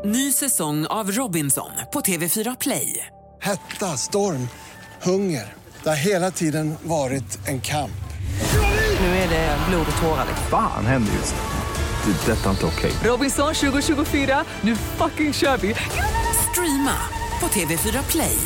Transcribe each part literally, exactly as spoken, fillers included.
Ny säsong av Robinson på T V fyra Play. Hetta, storm, hunger. Det har hela tiden varit en kamp. Nu är det blod och tårar. Fan händer just det. Det är detta inte okej. Robinson tjugo tjugofyra, nu fucking kör vi. Streama på T V fyra Play.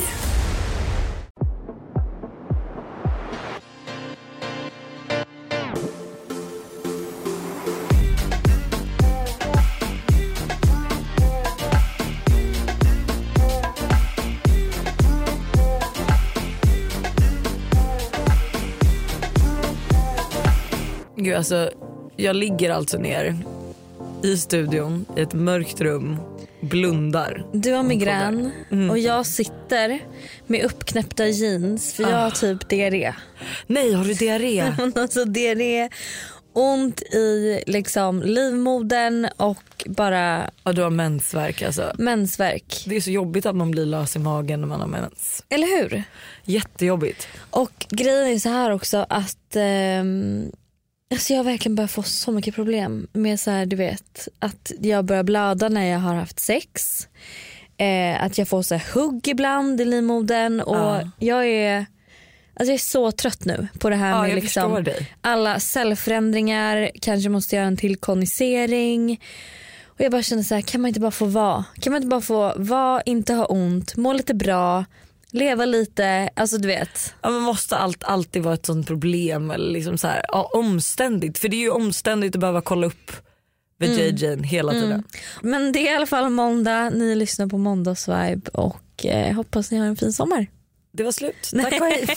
Gud, alltså, jag ligger alltså ner i studion i ett mörkt rum, blundar. Du har migrän mm. och jag sitter med uppknäppta jeans för jag ah. har typ diarré. Nej, har du diarré? Alltså diarré, ont i liksom livmodern och bara... Ja, du har mensvärk alltså. Mensvärk. Det är så jobbigt att man blir lös i magen när man har mens. Eller hur? Jättejobbigt. Och grejen är så här också att... Ehm, Alltså jag har verkligen börjat få så mycket problem med så här, du vet, att jag börjar blöda när jag har haft sex. Eh, att jag får så här hugg ibland i livmodern och ja. jag är alltså jag är så trött nu på det här ja, med liksom alla cellförändringar, kanske måste göra en till konisering. Och jag bara känner så här, kan man inte bara få vara? Kan man inte bara få vara, inte ha ont, må lite bra? Leva lite, alltså du vet. Ja, men måste allt alltid vara ett sånt problem eller liksom så här, ja, omständigt, för det är ju omständigt att behöva kolla upp med mm. J J hela tiden. Mm. Men det är i alla fall måndag, ni lyssnar på Måndagsvibe och eh, hoppas ni har en fin sommar. Det var slut. Tack och hej.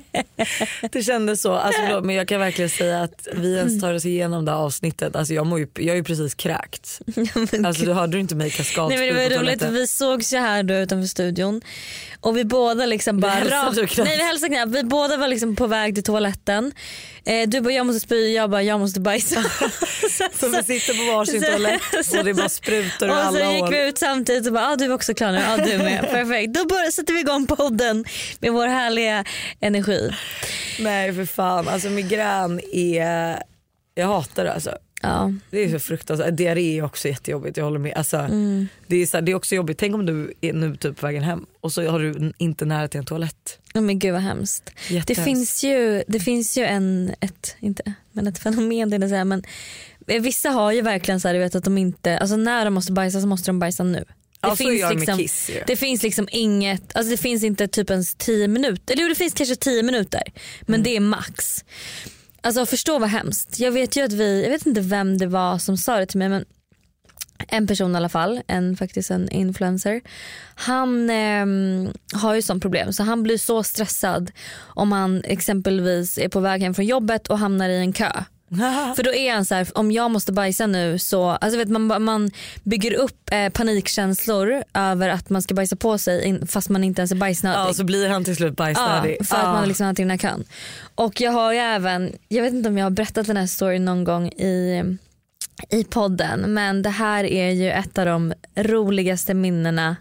Det kändes så. Alltså, men jag kan verkligen säga att vi ens tar oss igenom det här avsnittet. Alltså, jag, ju, jag är ju precis kräkt. Alltså, du hörde inte mig kaskad. Nej, men det var roligt. Vi sågs ju här då utanför studion. Och vi båda liksom bara... Nej, vi hälsade knappt. Vi båda var liksom på väg till toaletten. Eh, du bara, jag måste spy. Jag bara, jag måste bajsa. så, så vi sitter på varsin toalett. Och det bara sprutor ur alla hål. Och så gick hål. vi ut samtidigt och bara, ah, du är också klar nu. Ja, du med. Perfekt. Då börjar, sätter vi igång podden med vår härliga energi. Nej, för fan. Alltså migrän är... Jag hatar det alltså. Ja. Det är så fruktansvärt. Diarré är också jättejobbigt, jag håller med. Alltså, mm. det, är så här, det är också jobbigt. Tänk om du är nu typ på vägen hem och så har du inte nära till en toalett. Oh, men gud vad hemskt. Det finns ju, det finns ju en, ett, inte, men ett fenomen det är så här, men vissa har ju verkligen så här, du vet att de inte, alltså när de måste bajsa så måste de bajsa nu. Det, ja, finns liksom, kiss, ja. det finns liksom inget, alltså det finns inte typ ens tio minuter, eller det finns kanske tio minuter, men mm. det är max. Alltså förstå vad hemskt. Jag vet ju att vi, jag vet inte vem det var som sa det till mig, men en person i alla fall, en faktiskt en influencer. Han eh, har ju sånt problem, så han blir så stressad om han exempelvis är på väg hem från jobbet och hamnar i en kö. För då är han så här, om jag måste bajsa nu så, alltså vet man, man bygger upp eh, panikkänslor över att man ska bajsa på sig in, fast man inte ens är bajsnödig. Ja, så blir han till slut bajsnödig. Ja, för ah. att man liksom har till den här kön. Och jag har ju även, jag vet inte om jag har berättat den här storyn någon gång i, i podden, men det här är ju ett av de roligaste minnena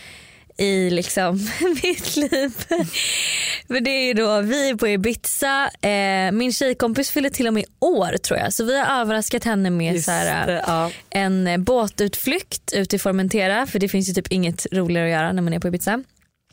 i liksom mitt liv. För det är ju då, vi är på Ibiza, eh, min tjejkompis fyller till och med år tror jag, så vi har överraskat henne med så här, det, ja. en båtutflykt ut i Formentera, för det finns ju typ inget roligare att göra när man är på Ibiza.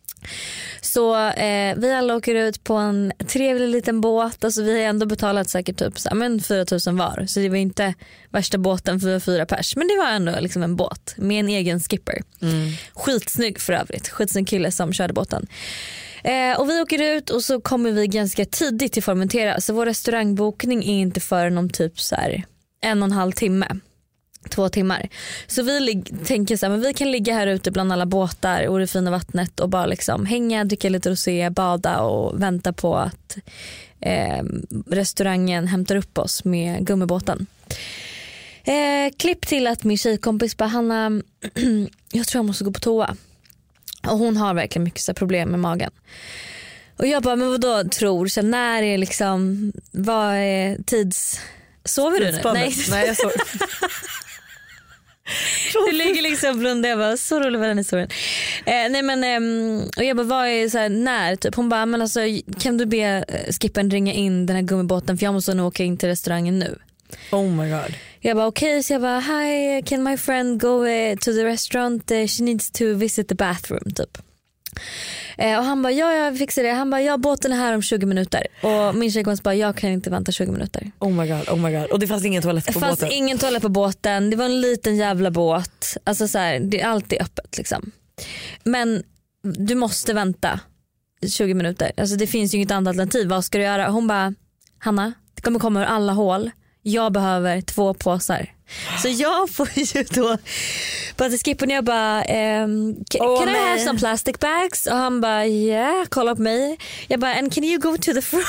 Så eh, vi alla åker ut på en trevlig liten båt. Alltså vi har ändå betalat säkert typ så, men fyra tusen var. Så det var inte värsta båten för fyra pers, men det var ändå liksom en båt med en egen skipper. mm. Skitsnygg för övrigt. Skitsnygg kille som körde båten. eh, Och vi åker ut och så kommer vi ganska tidigt till Formentera. Så vår restaurangbokning är inte förrän om typ så här en och en halv timme, två timmar. Så vi lig- tänker så här, men vi kan ligga här ute bland alla båtar och det fina vattnet och bara liksom hänga, dricka lite rosé, bada och vänta på att eh, restaurangen hämtar upp oss med gummibåten. Eh, klipp till att min tjejkompis bara, Hanna, jag tror jag måste gå på toa. Och hon har verkligen mycket så här problem med magen. Och jag bara, men vadå tror? Så när är liksom, vad är tids... Sover du nu? Nej, Nej jag sover. Du ligger liksom blunda. Jag bara, så rolig var den historien. eh, Nej men eh, och jag bara, vad är så här, när typ? Hon bara, men alltså kan du be skippen ringa in den här gummibåten, för jag måste nog åka in till restaurangen nu. Oh my god. Jag bara okej, okay. Så jag bara hi, can my friend go uh, to the restaurant, uh, she needs to visit the bathroom typ. Eh, och han bara ja jag fixar det. Han bara ja, båten är här om tjugo minuter. Och min tjejkompis bara jag kan inte vänta tjugo minuter. Oh my god, oh my god. Och det fanns ingen toalett på båten? Det fanns ingen toalett på båten. Det var en liten jävla båt. Alltså så här, det är alltid öppet liksom. Men du måste vänta tjugo minuter. Alltså det finns ju inget annat alternativ. Vad ska du göra? Hon bara Hanna, det kommer komma ur alla hål. Jag behöver två påsar. Så jag får ju då bara till skippen, jag bara um, can, oh, can I have some plastic bags? Och han bara yeah, kolla på mig. Jag bara and can you go to the front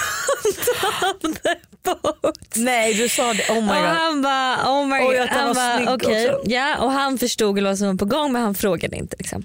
of the boat? Nej, du sa det. Oh my god. Och han bara oh my god. Oh, han bara okej. Okay. Ja, och han förstod vad som var på gång men han frågade inte liksom.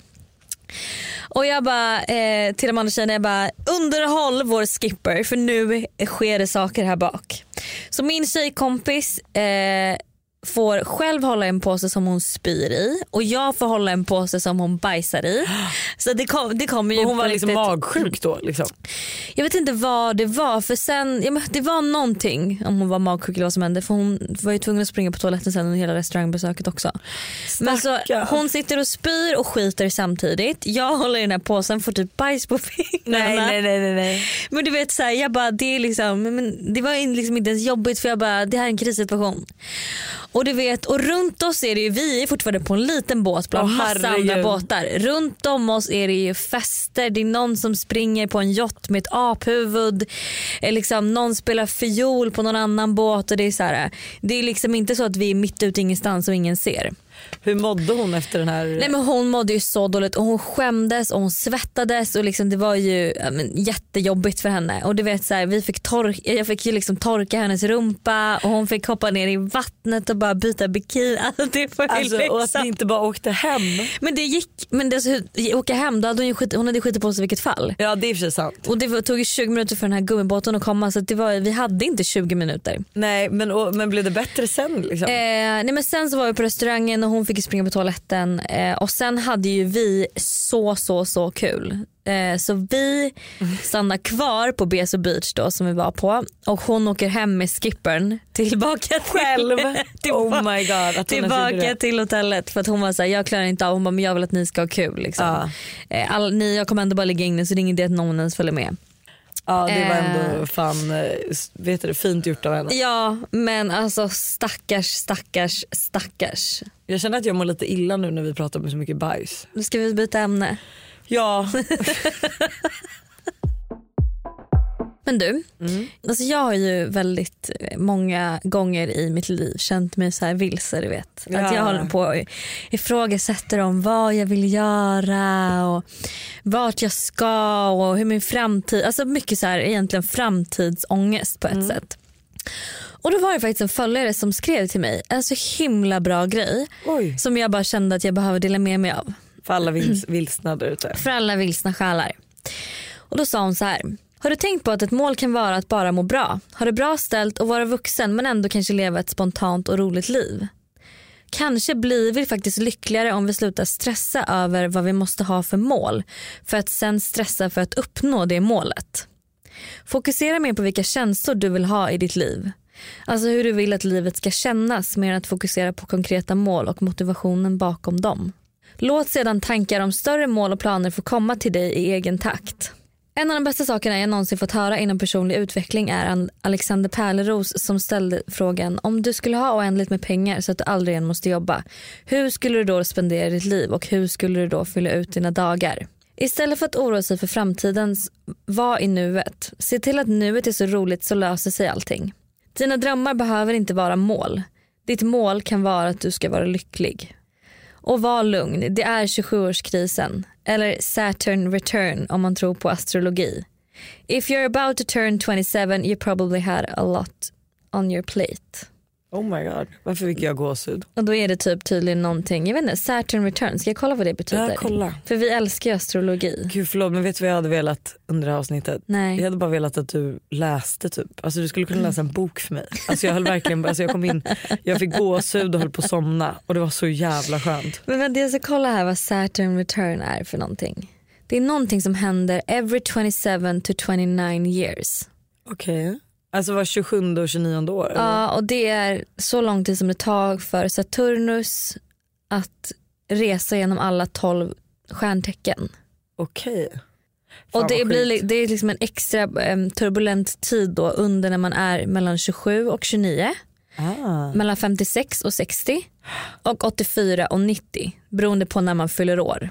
Och jag bara eh, till de andra tjejerna, jag bara underhåll vår skipper för nu sker det saker här bak. Så min tjejkompis eh, får själv hålla en påse som hon spyr i och jag får hålla en påse som hon bajsar i. Så det kom, det kom ju. Och hon var liksom magsjuk då liksom. Jag vet inte vad det var för sen ja, men det var någonting om hon var magsjuk eller vad som hände för hon var ju tvungen att springa på toaletten sen under hela restaurangbesöket också. Men så hon sitter och spyr och skiter samtidigt. Jag håller i den här påsen, får typ bajs på fingrarna. Nej, nej, nej, nej, nej. Men du vet så här, jag bara det är liksom men det var liksom inte ens jobbigt för jag bara det här är en krissituation. Och du vet, och runt oss är det ju, vi är fortfarande på en liten båt bland oh, massa andra båtar. Runt om oss är det ju fester, det är någon som springer på en yacht med ett aphuvud, liksom, någon spelar fiol på någon annan båt och det är så här, det är liksom inte så att vi är mitt ute ingenstans och ingen ser. Hur mådde hon efter den här? Nej men hon mådde ju så dåligt och hon skämdes och hon svettades och liksom det var ju ja, men, jättejobbigt för henne. Och du vet så här, vi fick torka, jag fick ju liksom torka hennes rumpa och hon fick hoppa ner i vattnet och bara byta bikini. Alltså, det var alltså, liksom... och att ni inte bara åkte hem. Men det gick, men det, så, åka hem då hade hon ju skit, hon hade skit på sig vilket fall. Ja det är för sant. Och det var, tog ju tjugo minuter för den här gummibåten att komma så att det var, vi hade inte tjugo minuter. Nej men, och, men blev det bättre sen liksom? Eh, nej men sen så var vi på restaurangen och hon fick springa på toaletten eh, och sen hade ju vi så så så kul. Eh, så vi stannar kvar på Beso Beach då som vi var på och hon åker hem med skippern tillbaka själv. till, oh my god, att tillbaka till hotellet för att hon var så här, jag klarar inte av, hon bara, men jag vill att ni ska ha kul liksom. Ah. Eh, all, ni, jag kommer ändå bara ligga inne så det är ingen idé att någon ens följer med. Ja det var ändå fan vet du, fint gjort av henne. Ja men alltså stackars stackars stackars. Jag känner att jag mår lite illa nu när vi pratar om så mycket bajs. Nu ska vi byta ämne. Ja. Men du, mm. alltså jag har ju väldigt många gånger i mitt liv känt mig så här vilse, du vet. Ja. Att jag håller på och ifrågasätter om vad jag vill göra och vart jag ska och hur min framtid, alltså mycket så här egentligen framtidsångest på ett mm. sätt. Och då var det faktiskt en följare som skrev till mig en så himla bra grej. Oj. Som jag bara kände att jag behöver dela med mig av. För alla vils- vilsna där ute. För alla vilsna själar. Och då sa hon så här: har du tänkt på att ett mål kan vara att bara må bra? Ha det bra ställt och vara vuxen men ändå kanske leva ett spontant och roligt liv. Kanske blir vi faktiskt lyckligare om vi slutar stressa över vad vi måste ha för mål för att sen stressa för att uppnå det målet. Fokusera mer på vilka känslor du vill ha i ditt liv. Alltså hur du vill att livet ska kännas mer än att fokusera på konkreta mål och motivationen bakom dem. Låt sedan tankar om större mål och planer få komma till dig i egen takt. En av de bästa sakerna jag någonsin fått höra inom personlig utveckling är Alexander Pärleros som ställde frågan: om du skulle ha oändligt med pengar så att du aldrig igen måste jobba, hur skulle du då spendera ditt liv och hur skulle du då fylla ut dina dagar? Istället för att oroa sig för framtiden, var i nuet. Se till att nuet är så roligt så löser sig allting. Dina drömmar behöver inte vara mål. Ditt mål kan vara att du ska vara lycklig. Och var lugn, det är tjugosjuårskrisen. Eller Saturn return om man tror på astrologi. If you're about to turn twenty-seven, you probably had a lot on your plate. Oh my god, varför fick jag gåshud? Och då är det typ tydligen någonting, jag vet inte, Saturn return, ska jag kolla vad det betyder? Ja, kolla. För vi älskar ju astrologi. Gud förlåt, men vet du vad jag hade velat under det här avsnittet? Nej. Jag hade bara velat att du läste typ, alltså du skulle kunna läsa en bok för mig. Alltså jag höll verkligen, alltså jag kom in, jag fick gåshud och höll på att somna och det var så jävla skönt. Men vänta, jag ska kolla här vad Saturn return är för någonting. Det är någonting som händer every twenty-seven to twenty-nine years. Okej. Okay. Alltså var tjugosjunde och tjugonionde år? Eller? Ja, och det är så lång tid som det tar för Saturnus att resa genom alla tolv stjärntecken. Okej. Och det, blir, det är liksom en extra um, turbulent tid då under när man är mellan tjugosju och tjugonio. Ah. Mellan femtiosex och sextio och åttiofyra och nittio beroende på när man fyller år.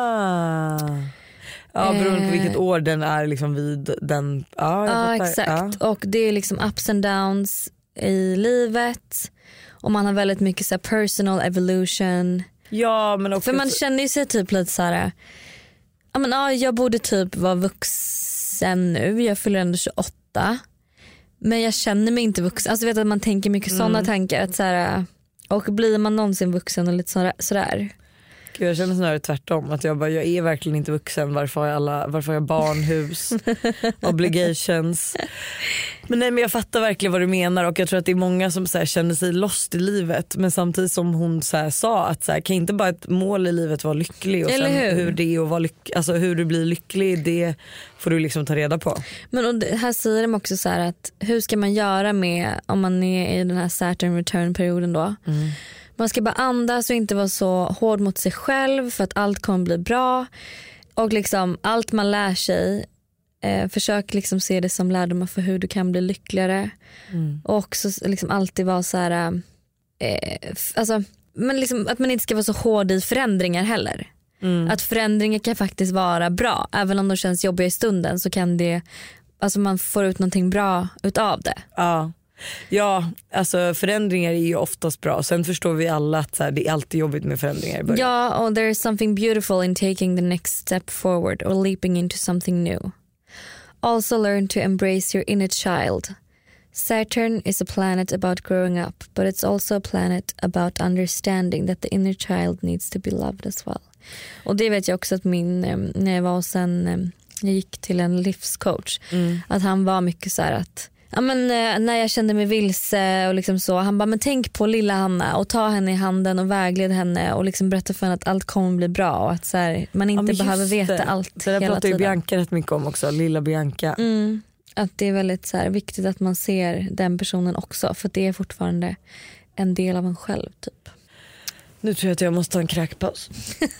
Ah. Ja, beroende på vilket år den är liksom vid den. Ja, ja exakt. Ja. Och det är liksom ups and downs i livet och man har väldigt mycket så här personal evolution. Ja, men också för man känner ju sig typ lite så här. Ja, men ja, jag borde typ vara vuxen nu. Jag fyller ändå tjugoåtta. Men jag känner mig inte vuxen. Alltså vet att man tänker mycket mm. sådana tankar att så här, och blir man någonsin vuxen och lite sådär, sådär. Gud, jag känner snarare tvärtom att jag bara, jag är verkligen inte vuxen. Varför har jag alla, varför har jag barnhus, obligations. Men nej, men jag fattar verkligen vad du menar och jag tror att det är många som så här, känner sig lost i livet, men samtidigt som hon så här, sa att så här, kan inte bara ett mål i livet vara lycklig och sen hur? hur det är att vara lyck- alltså hur du blir lycklig, det får du liksom ta reda på. Men och det, här säger de också så här att hur ska man göra med om man är i den här Saturn return perioden då? Mm. Man ska bara andas och inte vara så hård mot sig själv för att allt kommer bli bra. Och liksom allt man lär sig, eh, försök liksom se det som lärdomar för hur du kan bli lyckligare. Mm. Och också liksom alltid vara så här, eh, alltså, men liksom att man inte ska vara så hård i förändringar heller. Mm. Att förändringar kan faktiskt vara bra. Även om de känns jobbiga i stunden så kan det, alltså man får ut någonting bra utav det. Ja. Ja, alltså förändringar är ju oftast bra. Sen förstår vi alla att så här, det är alltid jobbigt med förändringar i början. Ja, och there is something beautiful in taking the next step forward or leaping into something new. Also learn to embrace your inner child. Saturn is a planet about growing up, but it's also a planet about understanding that the inner child needs to be loved as well. Och det vet jag också att min, när jag var sen jag gick till en livscoach, mm. att han var mycket så här att ja, men, när jag kände mig vilse och liksom så, han bara, men tänk på lilla Hanna och ta henne i handen och vägled henne och liksom berätta för henne att allt kommer bli bra och att så här, man inte ja, behöver veta det. allt det hela pratar tiden. Ju Bianca rätt mycket om också, lilla Bianca. Mm, att det är väldigt så här, viktigt att man ser den personen också, för det är fortfarande en del av en själv typ. Nu tror jag att jag måste ta en kräkpaus.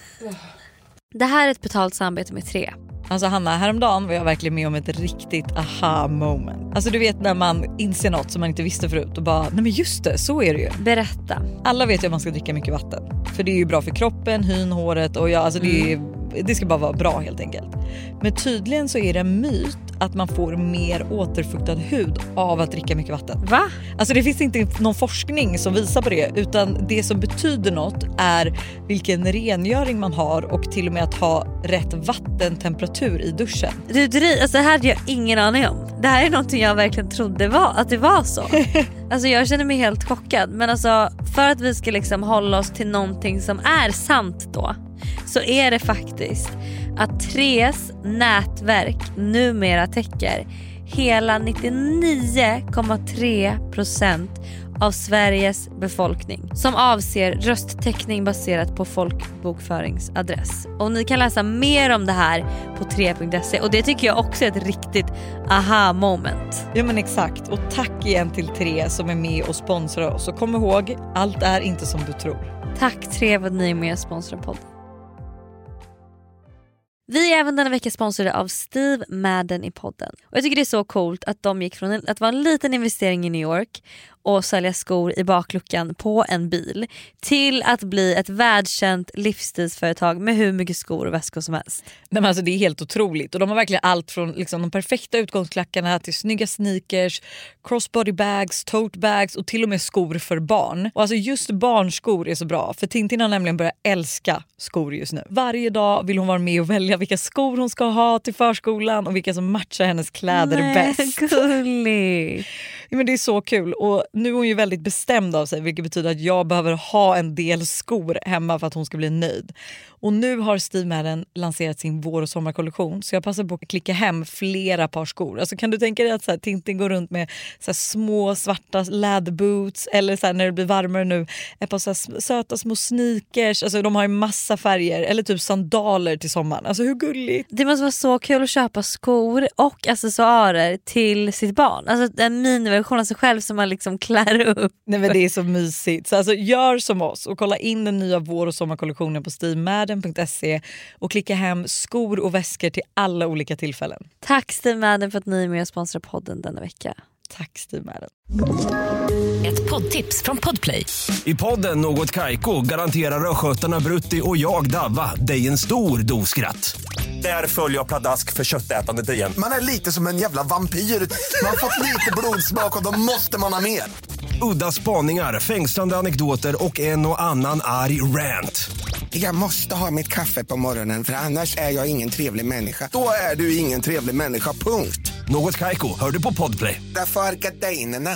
Det här är ett betalt samarbete med tre. Alltså Hanna, häromdagen var jag verkligen med om ett riktigt aha moment. Alltså du vet när man inser något som man inte visste förut och bara, nej men just det, så är det ju. Berätta. Alla vet ju att man ska dricka mycket vatten. För det är ju bra för kroppen, hyn, håret och ja, alltså det, är, det ska bara vara bra helt enkelt. Men tydligen så är det en myt att man får mer återfuktad hud av att dricka mycket vatten. Va? Alltså det finns inte någon forskning som visar på det, utan det som betyder något är vilken rengöring man har och till och med att ha rätt vattentemperatur i duschen. Du, du alltså det här hade jag ingen aning om. Det här är någonting jag verkligen trodde var, att det var så. Alltså jag känner mig helt chockad, men alltså för att vi ska liksom hålla oss till någonting som är sant då, så är det faktiskt att Tres nätverk numera täcker hela nittionio komma tre procent av Sveriges befolkning, som avser rösttäckning baserat på folkbokföringsadress. Och ni kan läsa mer om det här på tre punkt se, och det tycker jag också är ett riktigt aha moment. Ja men exakt, och tack igen till Tre som är med och sponsrar oss. Och kom ihåg, allt är inte som du tror. Tack Tre för att ni är med och sponsrar podden. Vi är även denna vecka sponsrade av Steve Madden i podden. Och jag tycker det är så coolt att de gick från att vara en liten investering i New York och sälja skor i bakluckan på en bil till att bli ett världskänt livsstilsföretag med hur mycket skor och väskor som helst. Nej, men alltså det är helt otroligt, och de har verkligen allt från liksom de perfekta utgångsklackarna till snygga sneakers, crossbody bags, tote bags och till och med skor för barn. Och alltså just barnskor är så bra, för Tintin har nämligen börjat älska skor just nu. Varje dag vill hon vara med och välja vilka skor hon ska ha till förskolan och vilka som matchar hennes kläder Nej, bäst. Gulligt. Men det är så kul och nu är hon ju väldigt bestämd av sig, vilket betyder att jag behöver ha en del skor hemma för att hon ska bli nöjd. Och nu har Steve Madden lanserat sin vår- och sommarkollektion, så jag passar på att klicka hem flera par skor. Alltså kan du tänka dig att så här, Tintin går runt med så här, små svarta läderboots, eller så här, när det blir varmare nu ett par så här, söta små sneakers, alltså de har ju massa färger, eller typ sandaler till sommaren. Alltså hur gulligt? Det måste vara så kul att köpa skor och accessoarer till sitt barn. Alltså en miniversion av sig själv som man liksom klär upp. Nej men det är så mysigt. Så alltså gör som oss och kolla in den nya vår- och sommarkollektionen på steve madden punkt se och klicka hem skor och väskor till alla olika tillfällen. Tack Steve Madden för att ni är med och sponsrar podden denna vecka. Tack Steve Madden. Ett poddtips från Podplay. I podden Något Kaiko garanterar röskötarna Brutti och jag Davva dig en stor doskratt. Där följer jag pladask för köttätandet igen. Man är lite som en jävla vampyr. Man har fått lite blodsmak och då måste man ha mer. Udda spaningar, fängslande anekdoter och en och annan arg rant. Jag måste ha mitt kaffe på morgonen för annars är jag ingen trevlig människa. Då är du ingen trevlig människa, punkt. Något Kaiko, hör du på Podplay. Därför är gardinerna.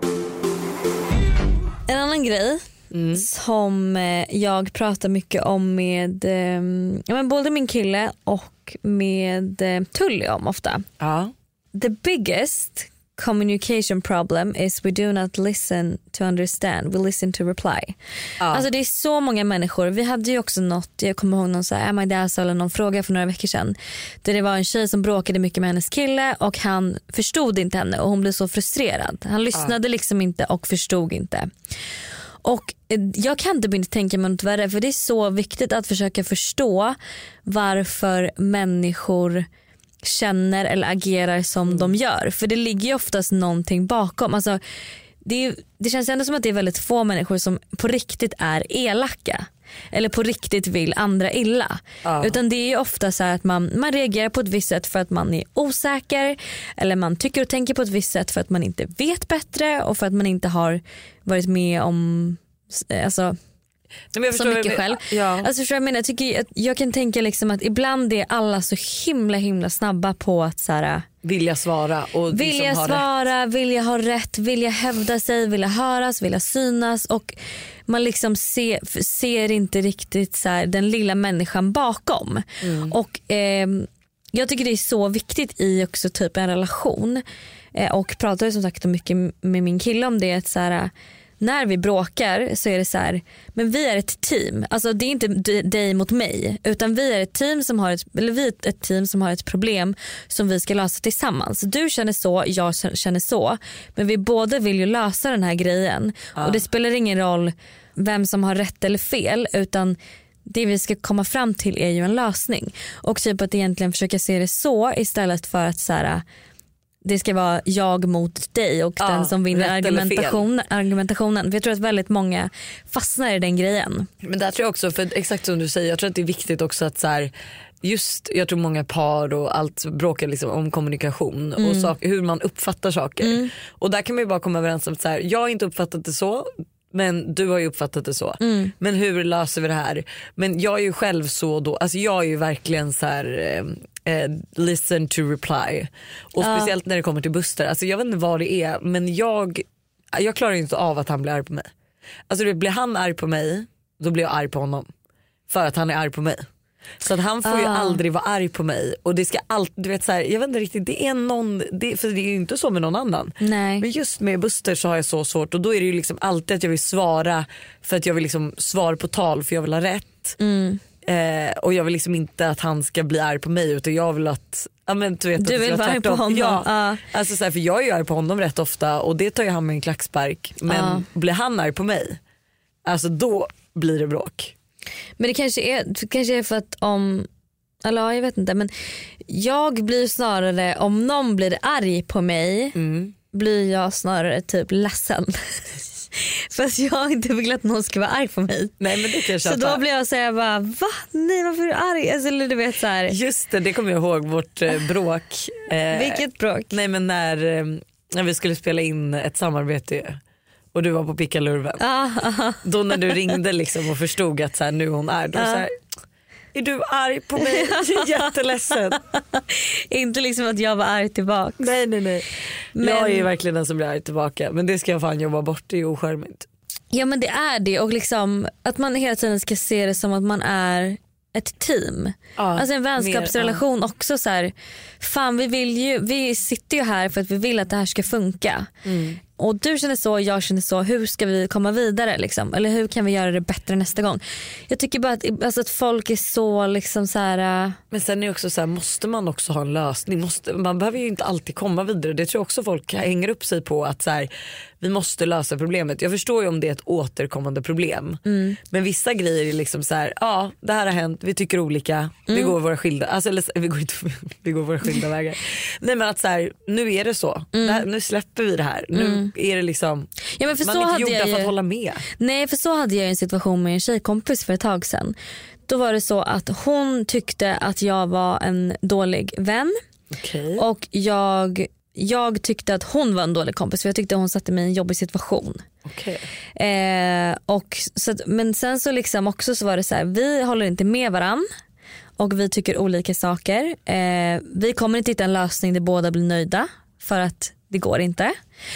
En annan grej mm. som jag pratar mycket om med ja, men både min kille och med Tully om ofta. Ja. The biggest communication problem is we do not listen to understand, we listen to reply. Ja. Alltså det är så många människor. Vi hade ju också något, jag kommer ihåg någon så här, am I there, eller någon fråga för några veckor sedan där det var en tjej som bråkade mycket med hennes kille och han förstod inte henne och hon blev så frustrerad. Han lyssnade ja. liksom inte och förstod inte. Och jag kan inte inte tänka mig något värre, för det är så viktigt att försöka förstå varför människor känner eller agerar som mm. de gör. För det ligger ju oftast någonting bakom. Alltså, det, är, det känns ändå som att det är väldigt få människor som på riktigt är elaka. Eller på riktigt vill andra illa. Ja. Utan det är ju ofta så här att man, man reagerar på ett visst sätt för att man är osäker. Eller man tycker och tänker på ett visst sätt för att man inte vet bättre. Och för att man inte har varit med om... Alltså, Nej, jag så mycket jag, själv. Ja. Alltså, förstår jag, menar, jag, tycker, jag, jag kan tänka liksom att ibland är alla så himla himla snabba på att så här, vilja svara och vilja liksom svara, rätt. vilja ha rätt, vilja hävda sig, vilja höras, vilja synas, och man liksom ser, ser inte riktigt så här, den lilla människan bakom. Mm. Och eh, jag tycker det är så viktigt i också typ en relation, eh, och pratar som sagt mycket med min kille om det, att så här, när vi bråkar så är det så här, men vi är ett team. Alltså det är inte d- dig mot mig, utan vi är ett team som har ett, eller vi är ett team som har ett problem som vi ska lösa tillsammans. Du känner så, jag känner så, men vi båda vill ju lösa den här grejen. Ja. Och det spelar ingen roll vem som har rätt eller fel, utan det vi ska komma fram till är ju en lösning. Och typ att egentligen försöka se det så istället för att så här, det ska vara jag mot dig och ja, den som vinner argumentation, argumentationen. För jag tror att väldigt många fastnar i den grejen. Men där tror jag också, för exakt som du säger, jag tror att det är viktigt också att så här, just, jag tror många par och allt bråkar liksom om kommunikation mm. och sak, hur man uppfattar saker. Mm. Och där kan man ju bara komma överens om att så här, jag har inte uppfattat det så, men du har ju uppfattat det så. Mm. Men hur löser vi det här? Men jag är ju själv så då, alltså jag är ju verkligen så här eh, eh, listen to reply. Och ja. Speciellt när det kommer till Buster. Alltså jag vet inte vad det är, men jag jag klarar inte av att han blir arg på mig. Alltså det blir han arg på mig, då blir jag arg på honom. För att han är arg på mig. Så att han får ah. ju aldrig vara arg på mig. Och det ska alltid, du vet så här, jag vet inte riktigt, det är någon, det, för det är ju inte så med någon annan. Nej. Men just med Buster så har jag så svårt. Och då är det ju liksom alltid att jag vill svara, för att jag vill liksom svara på tal, för jag vill ha rätt. Mm. eh, Och jag vill liksom inte att han ska bli arg på mig, utan jag vill att, ja, men, du vet, du att vill vara arg på honom. Ja, ah. alltså så här, för jag är ju arg på honom rätt ofta, och det tar ju han med en klackspark. Men ah. blir han arg på mig, alltså då blir det bråk. Men det kanske är, det kanske är för att om, eller jag vet inte, men jag blir snarare, om någon blir arg på mig mm. blir jag snarare typ ledsen. Fast jag inte vill att någon ska vara arg på mig. Nej, men det kan jag så då blir jag så här bara, va? Nej, varför är du arg? Alltså, eller du vet så här. Just det, det kommer jag ihåg, vårt eh, bråk. Eh, Vilket bråk? Nej, men när, eh, när vi skulle spela in ett samarbete och du var på pickalurven. Ah, ah. Då när du ringde liksom och förstod att så här, nu hon är då ah. så här, är du arg på mig? Jag är jätteledsen. Inte liksom att jag var arg tillbaka. Nej nej nej. Men... Jag är verkligen den som blir arg tillbaka. Men det ska jag fan jobba bort, det är oskärmigt. Ja men det är det, och liksom att man hela tiden ska se det som att man är ett team. Ja, alltså en vänskapsrelation mer, ja. Också så här, fan vi vill ju, vi sitter ju här för att vi vill att det här ska funka. Mm. Och du känner så, jag känner så, hur ska vi komma vidare liksom? Eller hur kan vi göra det bättre nästa gång? Jag tycker bara att, alltså, att folk är så liksom så här. Uh... Men sen är det också så här, måste man också ha en lösning? Måste, man behöver ju inte alltid komma vidare. Det tror jag också folk hänger upp sig på, att så här, vi måste lösa problemet. Jag förstår ju om det är ett återkommande problem. Mm. Men vissa grejer är liksom så här, ja det här har hänt, vi tycker olika, mm. vi går våra skilda, alltså eller, vi går inte, vi går våra skilda vägar. Nej men att så här, nu är det så. Mm. Det här, nu släpper vi det här. Nu mm. är det liksom, ja, men för man så är inte hade gjorda jag ju... för att hålla med. Nej, för så hade jag en situation med en tjejkompis för ett tag sedan. Då var det så att hon tyckte att jag var en dålig vän. Okay. Och jag, jag tyckte att hon var en dålig kompis, för jag tyckte att hon satte mig i en jobbig situation. Okay. Eh, och så att, men sen så liksom också så var det så här, vi håller inte med varann. Och vi tycker olika saker. Eh, vi kommer inte hitta en lösning där båda blir nöjda, för att det går inte.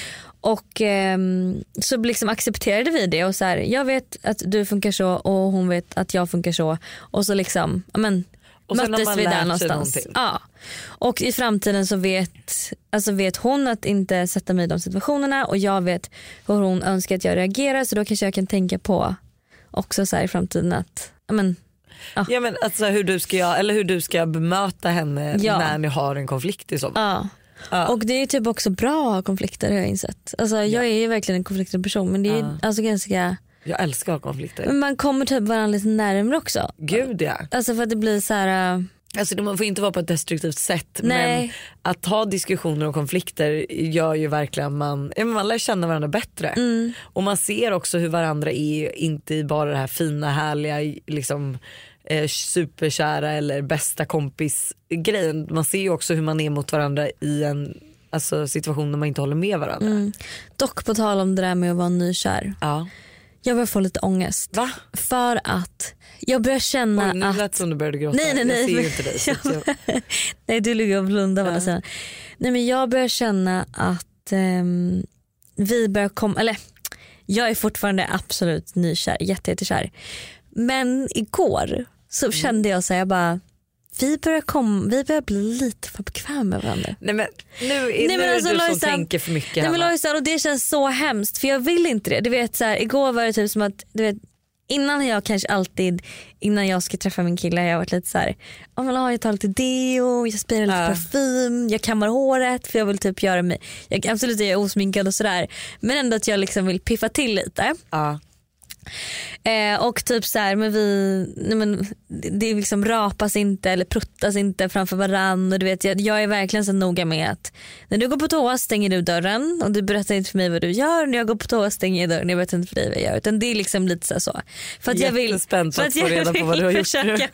Och eh, så liksom accepterade vi det, och så här, jag vet att du funkar så och hon vet att jag funkar så, och så liksom, amen, och möttes vi där någonstans. Ja. Och i framtiden så vet, alltså vet hon att inte sätta mig i de situationerna, och jag vet hur hon önskar att jag reagerar, så då kanske jag kan tänka på också så här i framtiden att, amen, ja. Ja, men alltså hur du ska, eller hur du ska bemöta henne, ja. När ni har en konflikt i så. Ja. Ja. Och det är typ också bra att ha konflikter, har jag insett. Alltså jag är ju verkligen en konfliktad person, men det är ja. Alltså ganska... Jag älskar att ha konflikter. Men man kommer typ varandra lite närmare också. Gud ja. Alltså för att det blir så här... Alltså man får inte vara på ett destruktivt sätt. Nej. Men att ha diskussioner och konflikter gör ju verkligen man, man lär känna varandra bättre. Mm. Och man ser också hur varandra är, inte i bara det här fina, härliga liksom eh, superkära eller bästa kompis grejen. Man ser ju också hur man är mot varandra i en alltså, situation där man inte håller med varandra. Mm. Dock på tal om det där med att vara nykär. Ja. Jag börjar få lite ångest. Va? För att jag börjar känna. Oj, nu att... lät som du började gråta. Nej, nej, nej. Jag ser ju inte dig. Så jag... nej, du ligger och blundar. Ja. Nej, men jag börjar känna att um, vi börjar komma, eller jag är fortfarande absolut nykär, jätte, jättekär. Men igår så kände jag så här, jag bara, vi börjar, kom, vi börjar bli lite för bekväma med varandra. Nej men nu är, nej, men nu alltså, är du Lojsan, som tänker för mycket. Nej, men Lojsan, och det känns så hemskt, för jag vill inte det. Du vet så här, igår var det typ som att, du vet, innan jag kanske alltid, innan jag ska träffa min kille, jag har varit lite så här, oh, men, jag tar lite deo, jag sprider lite uh. parfym, jag kammar håret för jag vill typ göra mig, jag absolut är osminkad och sådär, men ändå att jag liksom vill piffa till lite. Ja. Uh. Eh, och typ så här, men vi, nej men, det liksom rapas inte eller pruttas inte framför varann, och du vet, jag, jag är verkligen så noga med att när du går på toa stänger du dörren, och du berättar inte för mig vad du gör. När jag går på toa stänger jag dörren, jag berättar inte för dig vad jag gör, utan det är liksom lite så, så. För att jag vill, jättespänt för att, att få reda på vad du har gjort.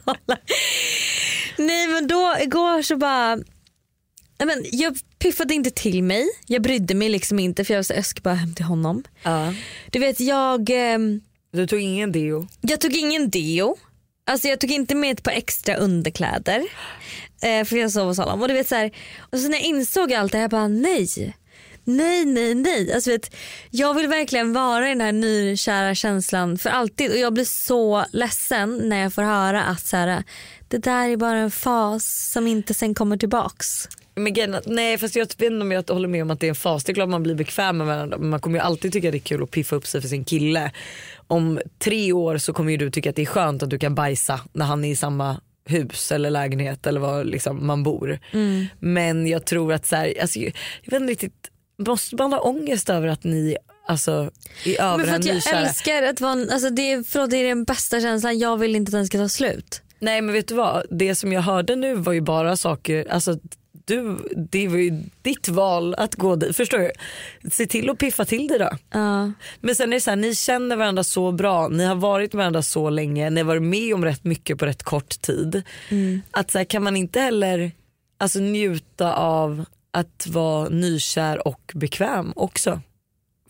Nej men då igår så bara, men jag piffade inte till mig, jag brydde mig liksom inte, för jag, så, jag ska bara hem till honom. Uh. Du vet jag eh, Du tog ingen deo? Jag tog ingen deo. Alltså jag tog inte med ett par extra underkläder. Eh, för jag sov hos honom. Och du vet så här, och så när jag insåg allt det här, jag bara nej. Nej, nej, nej. Alltså vet, jag vill verkligen vara i den här nykära känslan för alltid. Och jag blir så ledsen när jag får höra att så här, det där är bara en fas som inte sen kommer tillbaks. Men, nej, fast jag vet inte om jag håller med om att det är en fas. Det är klart man blir bekväm med varandra, men man kommer ju alltid tycka det är kul att piffa upp sig för sin kille. Om tre år så kommer ju du tycka att det är skönt att du kan bajsa när han är i samma hus eller lägenhet eller var liksom man bor. Mm. Men jag tror att så här, alltså, jag vet inte riktigt, måste man ha ångest över att ni alltså är över. Men för att jag nykära. älskar att vara, alltså det är, förlåt, det är den bästa känslan. Jag vill inte att den ska ta slut. Nej, men vet du vad, det som jag hörde nu var ju bara saker, alltså du, det var ju ditt val att gå dit, förstår du? Se till att piffa till det då. Uh. Men sen är det så här, ni känner varandra så bra, ni har varit med varandra så länge, ni har varit med om rätt mycket på rätt kort tid. Mm. Att så här, kan man inte heller alltså njuta av att vara nykär och bekväm också?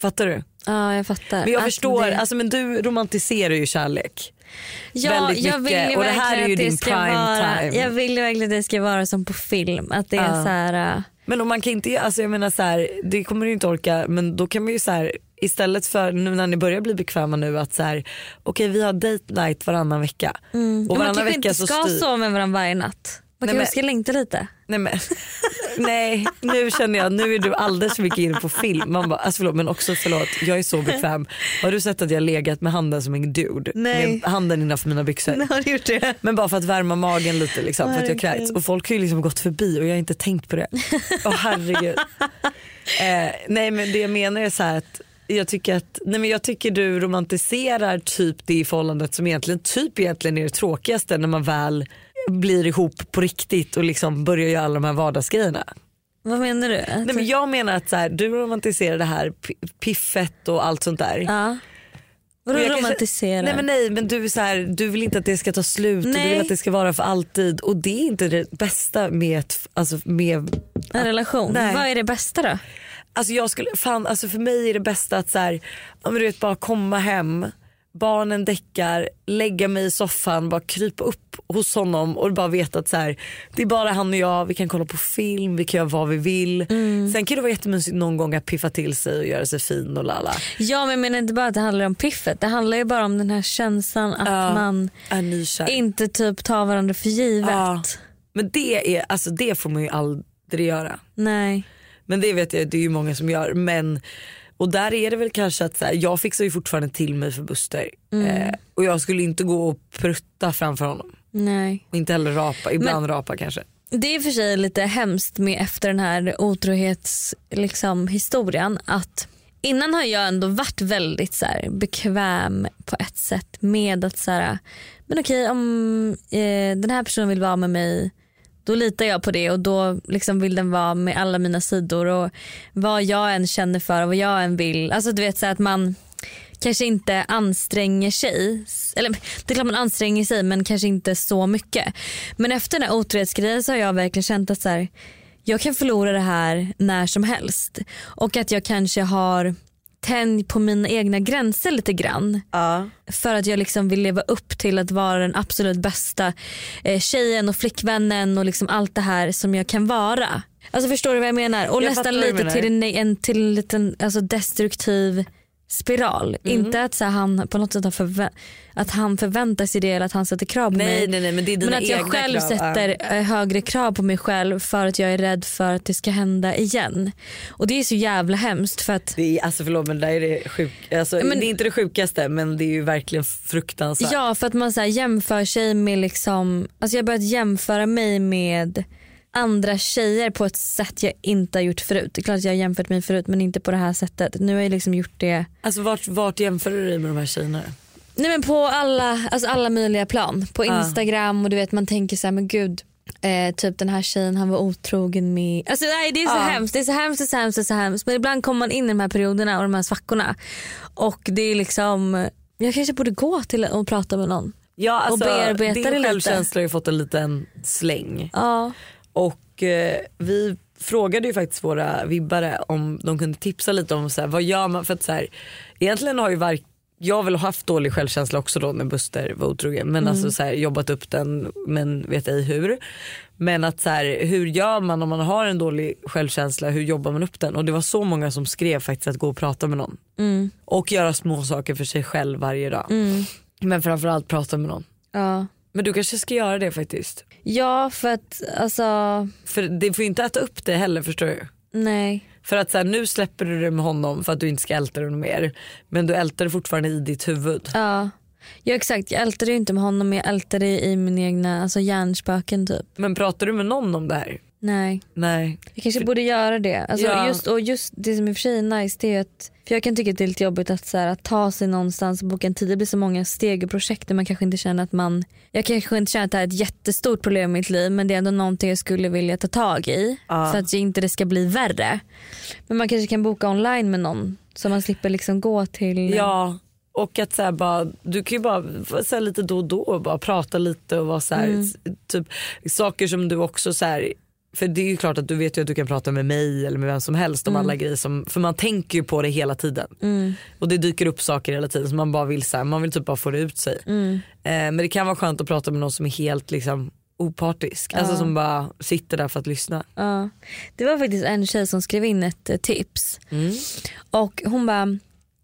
Fattar du? Ja, jag fattar. Men jag att förstår, det... alltså, men du romantiserar ju kärlek. Ja, väldigt jag mycket. vill ju Och det här är ju din prime vara, time. Jag vill ju verkligen att det ska vara som på film. Att det är Ja. så här... Uh... Men om man kan inte, alltså jag menar så här, det kommer du inte orka, men då kan man ju så här, istället för nu när ni börjar bli bekväma nu att så här, okej okay, vi har date night varannan vecka. Mm. Och varannan man vecka inte så ska styr... sova med varandra varje natt. Man Nej, kanske men... ska längta lite. Nej men nej, nu känner jag, nu är du alldeles för mycket inne på film. Man bara, alltså förlåt, men också förlåt, jag är så bekväm. Har du sett att jag legat med handen som en dude? Nej. Med handen innanför mina byxor. Nej, har du gjort det? Men bara för att värma magen lite liksom, för att jag Herregud. kräks. Och folk har ju liksom gått förbi och jag har inte tänkt på det. Åh herregud. eh, nej men det jag menar är så här att jag tycker att, nej men jag tycker du romantiserar typ det i förhållandet som egentligen typ egentligen är det tråkigaste när man väl blir ihop på riktigt och liksom börjar göra alla de här vardagsgrejerna. Vad menar du? Nej men jag menar att så här, du romantiserar det här piffet och allt sånt där. Ja. Vadå Och jag kanske- romantisera? Nej men nej, men du är så här, du vill inte att det ska ta slut och du Nej. vill att det ska vara för alltid och det är inte det bästa med ett, alltså med En relation? Nej. Vad är det bästa då? Alltså jag skulle, fan, alltså för mig är det bästa att så här, ja, men du vet, bara komma hem, barnen däckar, lägga mig i soffan, bara krypa upp hos honom och bara veta att så här, det är bara han och jag, vi kan kolla på film, vi kan göra vad vi vill. Mm. Sen kan det vara jättemysigt någon gång att piffa till sig och göra sig fin och lala. Ja men jag menar inte bara att det handlar om piffet, det handlar ju bara om den här känslan att Ja, man är nykär. inte typ tar varandra för givet. Ja. Men det är, alltså det får man ju aldrig göra. Nej. Men det vet jag, det är ju många som gör. Men, och där är det väl kanske att så här, jag fixar ju fortfarande till mig för Buster. Mm. Eh, och jag skulle inte gå och prutta framför honom. Nej. Och inte heller rapa, ibland Men- rapa kanske. Det är för sig lite hemskt med efter den här otrohets liksom, historien att innan har jag ändå varit väldigt så här, bekväm på ett sätt med att så här, men okej om eh, den här personen vill vara med mig då litar jag på det och då liksom vill den vara med alla mina sidor och vad jag än känner för och vad jag än vill. Alltså du vet så här, att man kanske inte anstränger sig, eller det är klart man anstränger sig men kanske inte så mycket. Men efter den här otrohetsgrejen så har jag verkligen känt att så här, jag kan förlora det här när som helst och att jag kanske har tänjt på mina egna gränser lite grann. Ja. För att jag liksom vill leva upp till att vara den absolut bästa eh, tjejen och flickvännen och liksom allt det här som jag kan vara. Alltså förstår du vad jag menar? Och Jag nästan fattar vad du lite menar. till en, en, till en liten alltså destruktiv spiral. Mm. Inte att så här, han på något sätt har förvä- att han förväntar sig det eller att han sätter krav på Nej, mig. nej, nej, men det är dina Men att jag egna själv krav. sätter eh, högre krav på mig själv för att jag är rädd för att det ska hända igen. Och det är så jävla hemskt för att Det är, alltså förlåt men det är det sjuk, alltså, Men- det är inte det sjukaste men det är ju verkligen fruktansvärt. ja, för att man så här jämför sig med liksom, alltså jag har börjat jämföra mig med andra tjejer på ett sätt jag inte har gjort förut. Det är klart att jag har jämfört mig förut men inte på det här sättet. Nu har jag liksom gjort det. Alltså vart, vart jämför du dig med de här tjejerna? Nej men på alla, alltså alla möjliga plan. På Ja. Instagram och du vet man tänker så här, men gud eh, typ den här tjejen han var otrogen med. Alltså nej det är så Ja. hemskt, det är så hemskt, det är så hemskt, det är så hemskt. Men ibland kommer man in i de här perioderna och de här svackorna. Och det är liksom, jag kanske borde gå till och prata med någon. Ja, alltså, Och bearbeta din det lite. självkänsla har ju fått en liten släng. Ja. Och eh, vi frågade ju faktiskt våra vibbare om de kunde tipsa lite om så här, vad gör man för att så här, egentligen har ju var, jag har väl haft dålig självkänsla också då när Buster var otrogen men Mm. alltså så här, jobbat upp den men vet ej hur. Men att så här, hur gör man om man har en dålig självkänsla, hur jobbar man upp den? Och det var så många som skrev faktiskt att gå och prata med någon. Mm. Och göra små saker för sig själv varje dag. Mm. Men framförallt prata med någon. Ja. Men du kanske ska göra det faktiskt. Ja för att alltså För det får ju inte äta upp det heller förstår du. nej. För att så här, nu släpper du det med honom för att du inte ska älta det mer. Men du ältar det fortfarande i ditt huvud. Ja. Ja exakt, jag ältar det ju inte med honom men jag ältar det i min egna alltså hjärnspöken typ. Men pratar du med någon om det här? Nej. Nej. Jag kanske borde göra det. Alltså Ja. just, och just det som är för sig är nice det är att, för jag kan tycka att det är lite jobbigt att, så här, att ta sig någonstans och boka en tid. Det blir så många steg och projekt där man kanske inte känner att man, jag kanske inte känner att det här är ett jättestort problem i mitt liv men det är ändå någonting jag skulle vilja ta tag i Ja. för att inte det ska bli värre. Men man kanske kan boka online med någon så man slipper liksom gå till. Ja. Och att så här, bara, du kan ju bara så här, lite då och då bara prata lite och vara så här, Mm. typ saker som du också så här, För det är ju klart att du vet ju att du kan prata med mig eller med vem som helst om mm. alla grejer som, för man tänker ju på det hela tiden. Mm. Och det dyker upp saker hela tiden som man bara vill så här, man vill typ bara få det ut sig. Mm. Eh, men det kan vara skönt att prata med någon som är helt liksom opartisk. Ja. Alltså som bara sitter där för att lyssna. Ja. Det var faktiskt en tjej som skrev in ett eh, tips. Mm. Och hon bara: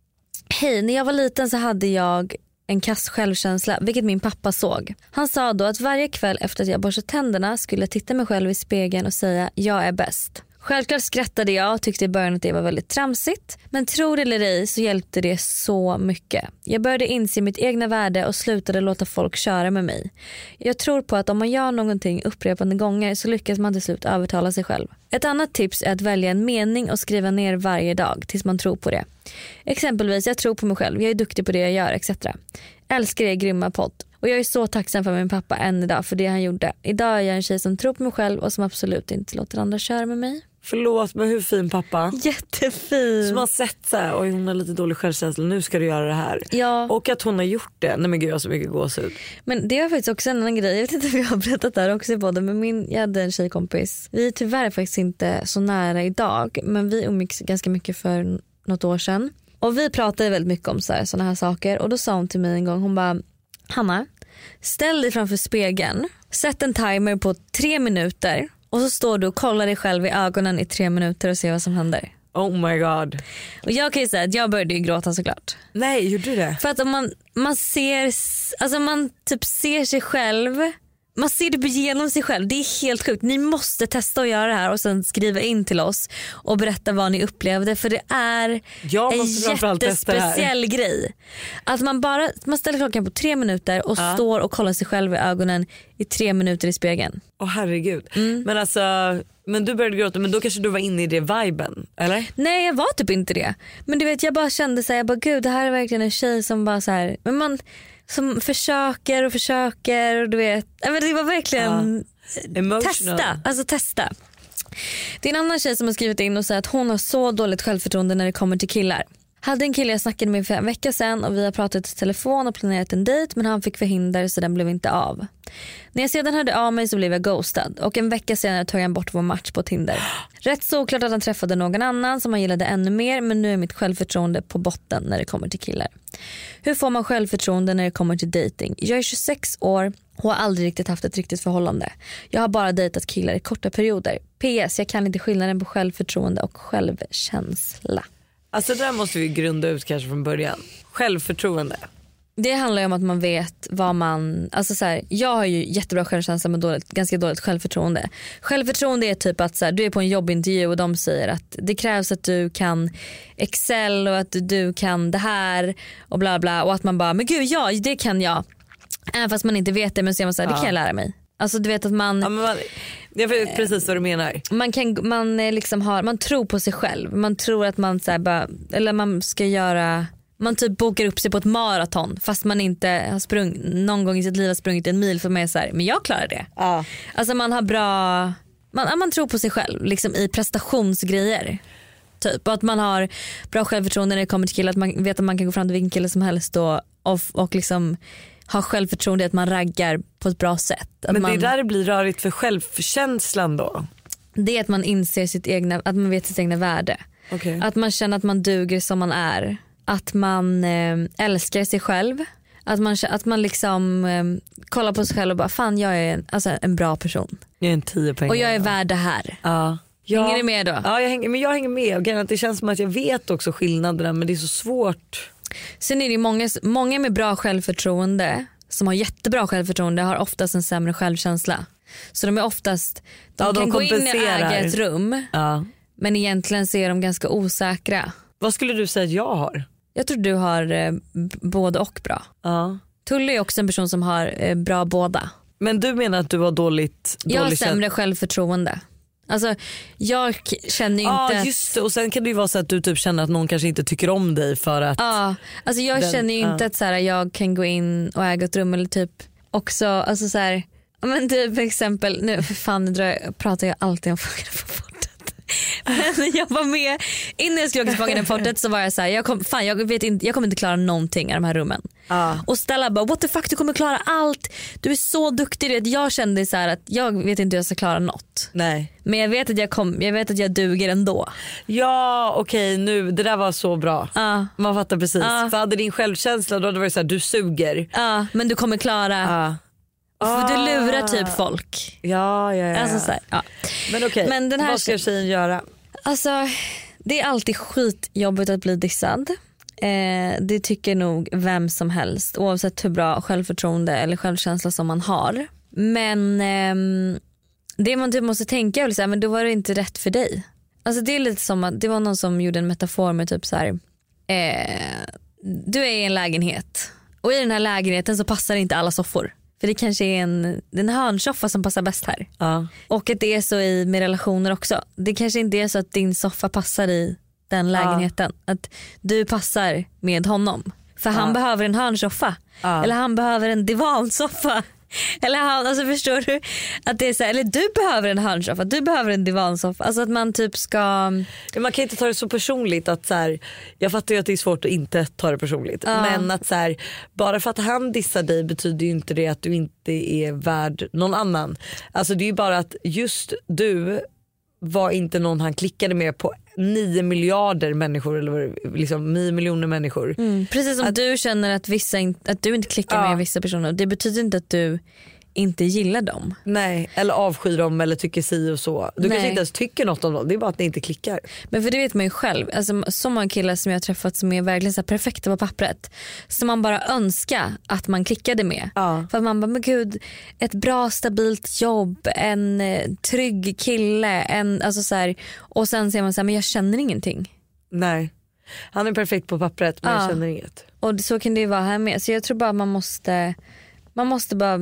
hej, när jag var liten så hade jag en kass självkänsla, vilket min pappa såg. Han sa då att varje kväll efter att jag borstat tänderna skulle jag titta mig själv i spegeln och säga jag är bäst. Självklart skrattade jag och tyckte i början att det var väldigt tramsigt. Men tro det eller ej så hjälpte det så mycket. Jag började inse mitt egna värde och slutade låta folk köra med mig. Jag tror på att om man gör någonting upprepande gånger så lyckas man till slut övertala sig själv. Ett annat tips är att välja en mening och skriva ner varje dag tills man tror på det. Exempelvis, jag tror på mig själv, jag är duktig på det jag gör, et cetera. Älskar er grymma podd. Och jag är så tacksam för min pappa än idag för det han gjorde. Idag är jag en tjej som tror på mig själv och som absolut inte låter andra köra med mig. Förlåt, men hur fin pappa. Jättefin. Som har sett så här, oj hon har lite dålig självkänsla, nu ska du göra det här. Ja. Och att hon har gjort det. Nej men gud, jag har så mycket gåshud. Men det är faktiskt också en annan grej. Jag vet inte om jag har berättat det här också i podden, men min, jag hade en tjejkompis. Vi är tyvärr faktiskt inte så nära idag, men vi umgicks ganska mycket för något år sedan. Och vi pratade väldigt mycket om så här, såna här saker. Och då sa hon till mig en gång, hon bara: Hanna, ställ dig framför spegeln, sätt en timer på tre minuter och så står du och kollar dig själv i ögonen i tre minuter och ser vad som händer. Oh my god. Och jag kan ju säga att jag började ju gråta såklart. Nej, gjorde du det? För att om man, man ser, alltså man typ ser sig själv, man ser det genom sig själv. Det är helt sjukt. Ni måste testa att göra det här och sen skriva in till oss och berätta vad ni upplevde. För det är en jättespeciell grej. Att man bara man ställer klockan på tre minuter och ja. står och kollar sig själv i ögonen i tre minuter i spegeln. Åh oh, herregud. Mm. Men alltså, men du började gråta, men då kanske du var inne i det viben, eller? Nej, jag var typ inte det. Men du vet, jag bara kände så här, jag bara gud, det här är verkligen en tjej som bara så här, men man som försöker och försöker och du vet, men det var verkligen ja. testa, alltså testa. Det är en annan tjej som har skrivit in och sagt att hon har så dåligt självförtroende när det kommer till killar. Hade en kille jag snackade med för en vecka sedan och vi har pratat i telefon och planerat en dejt, men han fick förhinder så den blev inte av. När jag sedan hörde av mig så blev jag ghostad och en vecka senare tog han bort vår match på Tinder. Rätt så klart att han träffade någon annan som han gillade ännu mer, men nu är mitt självförtroende på botten när det kommer till killar. Hur får man självförtroende när det kommer till dating? Jag är tjugosex år och har aldrig riktigt haft ett riktigt förhållande. Jag har bara dejtat killar i korta perioder. P S, jag kan inte skillnaden på självförtroende och självkänsla. Alltså det där måste vi grunda ut kanske från början. Självförtroende. Det handlar ju om att man vet vad man, alltså så här, jag har ju jättebra självkänsla men dåligt, ganska dåligt självförtroende. Självförtroende är typ att så här, du är på en jobbintervju och de säger att det krävs att du kan Excel och att du kan det här och bla bla, och att man bara, men gud ja, det kan jag. Även fast man inte vet det, men så är man så här, ja. det kan jag lära mig. Alltså du vet att man, ja, men man jag vet precis vad du menar. Man kan man liksom har man tror på sig själv. Man tror att man så här bara, eller man ska göra, man typ bokar upp sig på ett maraton fast man inte har sprungit någon gång i sitt liv har sprungit en mil, för mig så här, men jag klarar det. Ja. Alltså man har bra man man tror på sig själv liksom i prestationsgrejer. Typ att man har bra självförtroende när det kommer till killar, att man vet att man kan gå fram till vilken kille som helst och och, och liksom ha självförtroende att man raggar på ett bra sätt. Att men man, det är där det blir rörigt för självkänslan då? Det är att man inser sitt egna, att man vet sitt egna värde. Okay. Att man känner att man duger som man är. Att man eh, älskar sig själv. Att man, att man liksom eh, kollar på sig själv och bara, fan jag är en, alltså en bra person. Jag är en tio pengar. Och jag är värd det här. Ja. Ja. Hänger du med då? Ja, jag hänger, men jag hänger med. Och det känns som att jag vet också skillnaderna, men det är så svårt. Sen är det många, många med bra självförtroende som har jättebra självförtroende har oftast en sämre självkänsla. Så de är oftast, de, ja, de kan gå in och äga ett rum, ja. Men egentligen så är de ganska osäkra. Vad skulle du säga att jag har? Jag tror du har eh, både och bra. Ja. Tulle är också en person som har eh, bra båda. Men du menar att du har dåligt, dåligt jag har sämre självförtroende. Alltså jag känner inte ah, just det. Och sen kan det ju vara så att du typ känner att någon kanske inte tycker om dig för att ja, alltså jag den, känner ju inte ah. att så här, jag kan gå in och äga ett rum eller typ också, alltså så här, men typ för exempel nu för fan nu pratar jag alltid om frågor på podden. jag var med innan jag skulle åka till Fångarna på fortet, så var jag så här, jag, kom, fan, jag, vet inte, jag kommer inte klara någonting i de här rummen. Ah. Och Stella bara, what the fuck, du kommer klara allt. Du är så duktig. Jag kände så här att jag vet inte hur jag ska klara något. Nej. Men jag vet att jag, kom, jag, vet att jag duger ändå. Ja okej okay, nu, det där var så bra. Ah. Man fattar precis. Ah. För hade din självkänsla då hade det varit så här, du suger. Ja, men du kommer klara. Ah. För du lurar typ folk. Ja, ja, ja. Alltså så här, ja. Men okej, okay. Men den här vad ska tjejen göra? Alltså, det är alltid skitjobbigt att bli dissad. Eh, det tycker nog vem som helst, oavsett hur bra självförtroende eller självkänsla som man har. Men eh, det man typ måste tänka är väl så här, men då var det inte rätt för dig. Alltså det är lite som att det var någon som gjorde en metafor med typ så här, eh, du är i en lägenhet och i den här lägenheten så passar inte alla soffor. För det kanske är en, en hörnsoffa som passar bäst här. Ja. Och att det är så i med relationer också. Det kanske inte är så att din soffa passar i den lägenheten. Ja. Att du passar med honom. För han ja. behöver en hörnsoffa. Ja. Eller han behöver en divansoffa. Eller han, alltså förstår du att det är så här, eller du behöver en hörnsoffa, du behöver en divansoffa. Alltså att man typ ska, ja, man kan inte ta det så personligt att så här, jag fattar ju att det är svårt att inte ta det personligt. Ja. Men att så här, bara för att han dissar dig betyder ju inte det att du inte är värd någon annan. Alltså det är ju bara att just du var inte någon han klickade med på nio miljarder människor eller liksom nio miljoner människor. Mm. Precis som att du känner att, vissa in, att du inte klickar ja. med vissa personer. Det betyder inte att du inte gillar dem. Nej, eller avskyr dem eller tycker si och så. Du Nej. kanske inte ens tycker något om dem, det är bara att ni inte klickar. Men för det vet man ju själv, alltså, så många killar som jag har träffat som är verkligen så perfekta på pappret, som man bara önskar att man klickade med. Ja. För att man bara, men gud, ett bra stabilt jobb, en eh, trygg kille, en, alltså så här, och sen säger man så här, men jag känner ingenting. Nej, han är perfekt på pappret men ja. jag känner inget. Och så kan det ju vara här med, så jag tror bara man måste man måste bara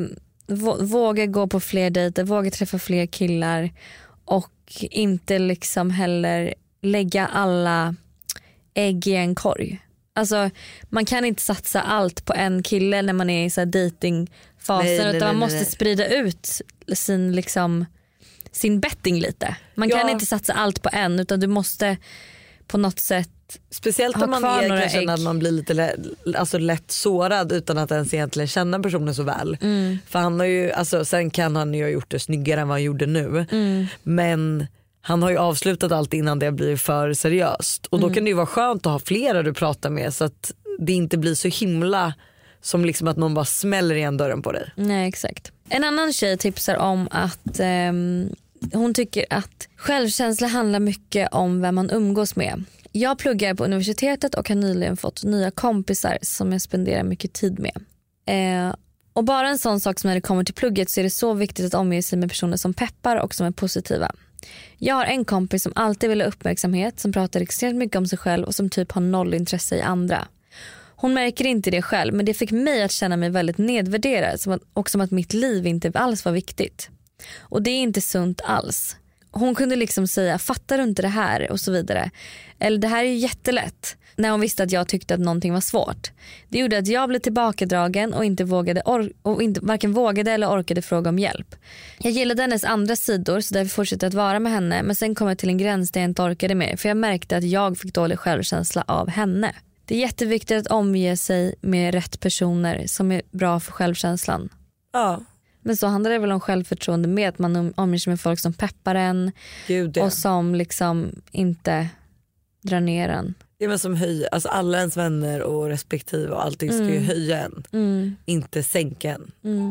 våga gå på fler dejter, våga träffa fler killar och inte liksom heller lägga alla ägg i en korg. Alltså man kan inte satsa allt på en kille när man är i så här datingfasen, nej, nej, utan man måste nej. sprida ut sin liksom sin betting lite. Man ja. kan inte satsa allt på en, utan du måste på något sätt, speciellt om man är kanske ägg. Att man blir lite lätt, alltså lätt sårad utan att ens egentligen känna personen så väl. Mm. För han har ju, alltså, sen kan han ju ha gjort det snyggare än vad han gjorde nu. Mm. Men han har ju avslutat allt innan det blir för seriöst. Och då mm. kan det ju vara skönt att ha flera du pratar med, så att det inte blir så himla som liksom att någon bara smäller igen dörren på dig. Nej, exakt. En annan tjej tipsar om att um, hon tycker att självkänsla handlar mycket om vem man umgås med. Jag pluggar på universitetet och har nyligen fått nya kompisar som jag spenderar mycket tid med. Eh, och bara en sån sak som när det kommer till plugget, så är det så viktigt att omge sig med personer som peppar och som är positiva. Jag har en kompis som alltid vill ha uppmärksamhet, som pratar extremt mycket om sig själv och som typ har noll intresse i andra. Hon märker inte det själv, men det fick mig att känna mig väldigt nedvärderad, som att, och som att mitt liv inte alls var viktigt. Och det är inte sunt alls. Hon kunde liksom säga, fattar du inte det här, och så vidare. Eller det här är ju jättelätt, när hon visste att jag tyckte att någonting var svårt. Det gjorde att jag blev tillbakadragen och inte vågade or- och inte, varken vågade eller orkade fråga om hjälp. Jag gillade hennes andra sidor, så därför fortsatte jag att vara med henne. Men sen kom jag till en gräns där jag inte orkade mer, för jag märkte att jag fick dålig självkänsla av henne. Det är jätteviktigt att omge sig med rätt personer som är bra för självkänslan. Ja. Men så handlar det väl om självförtroende med att man omger sig med folk som peppar en. Gud, ja. Och som liksom inte drar ner en. Ja, men som höjer, alltså alla ens vänner och respektive och allting ska mm. ju höja en. Mm. Inte sänka en. Mm.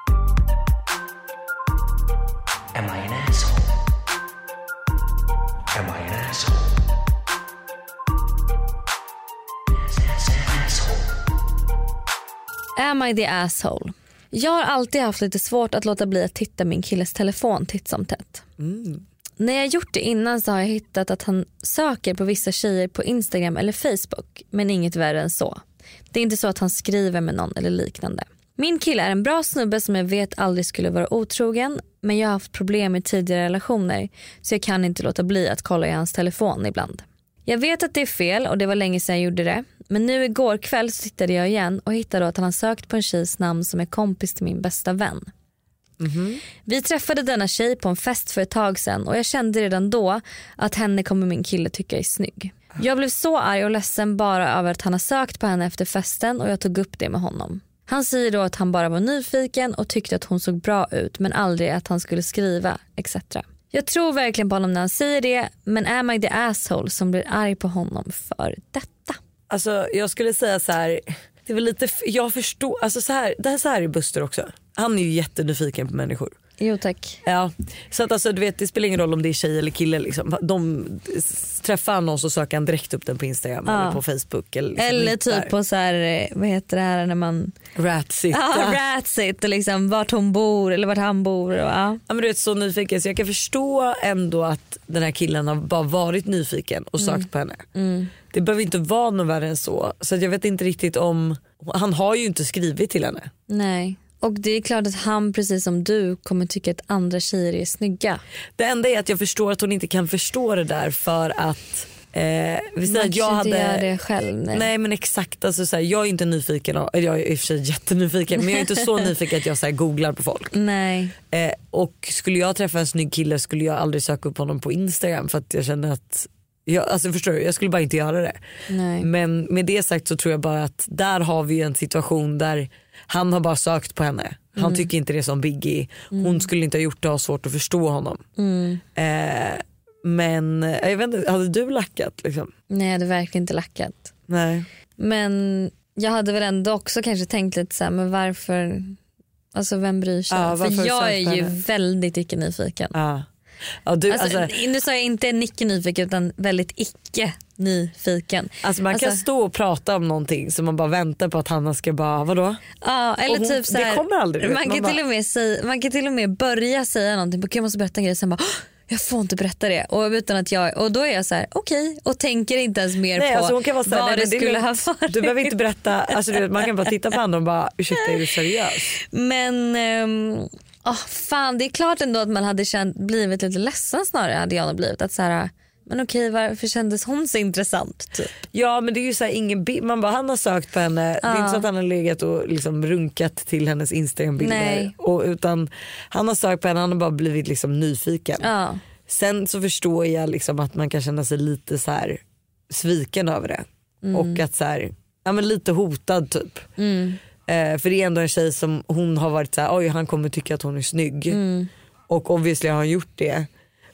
Am I an asshole? Am I an asshole? Am I the asshole? Jag har alltid haft lite svårt att låta bli att titta min killes telefon titt som tätt. Mm. När jag gjort det innan så har jag hittat att han söker på vissa tjejer på Instagram eller Facebook, men inget värre än så. Det är inte så att han skriver med någon eller liknande. Min kille är en bra snubbe som jag vet aldrig skulle vara otrogen, men jag har haft problem i tidigare relationer, så jag kan inte låta bli att kolla i hans telefon ibland. Jag vet att det är fel och det var länge sedan jag gjorde det, men nu igår kväll så tittade jag igen och hittade då att han har sökt på en tjejs namn som är kompis till min bästa vän. Mm-hmm. Vi träffade denna tjej på en fest för ett tag sedan och jag kände redan då att henne kommer min kille tycka är snygg. Jag blev så arg och ledsen bara över att han har sökt på henne efter festen och jag tog upp det med honom. Han säger då att han bara var nyfiken och tyckte att hon såg bra ut men aldrig att han skulle skriva et cetera. Jag tror verkligen på honom när han säger det, men är man the asshole som blir arg på honom för detta? Alltså jag skulle säga så här, det är väl lite, jag förstår, alltså så här, det här, så här är Buster också. Han är ju jättenyfiken på människor. Jo tack. Ja, så att alltså du vet, det spelar ingen roll om det är tjej eller kille liksom. De träffar någon så söker han direkt upp den på Instagram ja. eller på Facebook eller, liksom eller typ där. På så här, vad heter det här när man Ratsit. Ja, Ratsit och liksom vart hon bor eller vart han bor och, ja. Ja men du är så nyfiken så jag kan förstå ändå att den här killen har bara varit nyfiken och sökt mm. på henne. Mm. Det behöver inte vara något värre än så. Så jag vet inte riktigt om, han har ju inte skrivit till henne. Nej. Och det är klart att han precis som du kommer tycka att andra tjejer är snygga. Det enda är att jag förstår att hon inte kan förstå det där för att eh, vi säger att jag hade göra det själv. Nej, nej men exakt alltså, så här, jag är inte nyfiken och, jag är i och för sig jättenyfiken men jag är inte så nyfiken att jag så här, googlar på folk. Nej. Eh, och skulle jag träffa en snygg kille skulle jag aldrig söka upp honom på Instagram för att jag känner att jag, alltså förstår du, jag skulle bara inte göra det. Nej. Men med det sagt så tror jag bara att där har vi en situation där han har bara sökt på henne. Han mm. tycker inte det är som Biggie. Hon mm. skulle inte ha gjort det, ha svårt att förstå honom. Mm. Eh, men jag vet inte, hade du lackat liksom? Nej, jag hade verkligen inte lackat. Nej. Men jag hade väl ändå också kanske tänkt lite så här, men varför, alltså vem bryr sig? Ja, för jag är ju väldigt icke nyfiken. Ja. Ja, du, alltså, alltså, nu sa jag inte icke nyfiken utan väldigt icke nyfiken. Alltså man alltså, kan stå och prata om någonting som man bara väntar på att han ska bara, vadå? Ja, eller hon, typ så här, det kommer aldrig. Man kan, man till bara... och med säga, man kan till och med börja säga någonting, jag måste berätta en grej, sen bara jag får inte berätta det och, utan att jag, och då är jag så här okej okay, och tänker inte ens mer nej, på alltså hon kan vara så här, vad nej, det skulle ha varit. Du behöver inte berätta, alltså, du, man kan bara titta på honom och bara ursäkta, är du seriös? Men um, oh, fan, det är klart ändå att man hade känt, blivit lite ledsen snarare hade jag blivit att så här, men okej, varför kändes hon så intressant typ? Ja men det är ju så här, ingen bild, man bara han har sökt på henne, ja. Det är inte så att han har legat och liksom runkat till hennes Instagram-bilder och, utan han har sökt på henne, han har bara blivit liksom nyfiken. Ja. Sen så förstår jag liksom att man kan känna sig lite så här sviken över det mm. och att så här, ja men lite hotad typ. Mm. Eh, för det är ändå en tjej som hon har varit så här, oj han kommer tycka att hon är snygg mm. och obviously har han gjort det.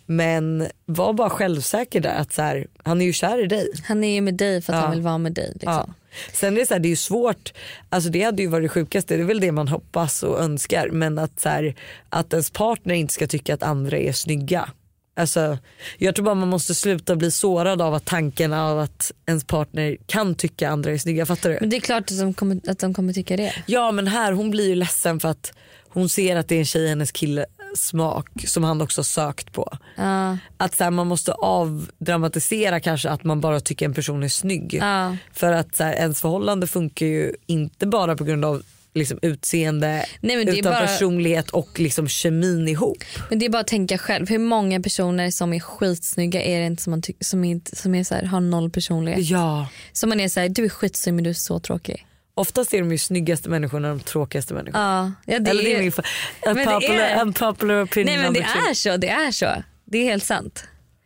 Men var bara självsäker där att så här, han är ju kär i dig. Han är ju med dig för att ja. han vill vara med dig liksom. Ja. Sen är det så här, det är ju svårt, alltså det hade ju varit det sjukaste, det är väl det man hoppas och önskar, men att så här, att ens partner inte ska tycka att andra är snygga. Alltså, jag tror bara man måste sluta bli sårad av att tanken av att ens partner kan tycka andra är snygga, fattar du? Men det är klart att de kommer, att de kommer tycka det. Ja men här, hon blir ju ledsen för att hon ser att det är en tjej, hennes kille smak som han också sökt på. Uh. Att så här, man måste avdramatisera kanske att man bara tycker en person är snygg. Uh. För att så här, ens förhållande funkar ju inte bara på grund av liksom utseende. Nej, men det utan är bara... personlighet och liksom kemin ihop. Men det är bara att tänka själv, hur många personer som är skitsnygga är det inte som man tycker, som inte, som är så här, har noll personlighet. Ja. Som man är så här, du är skitsnygg men du är så tråkig. Oftast är de ju snyggaste människorna de tråkigaste människorna. Ja, ja det Eller är en popular, är... unpopular opinion. Nej men det är så, det är så. Det är helt sant.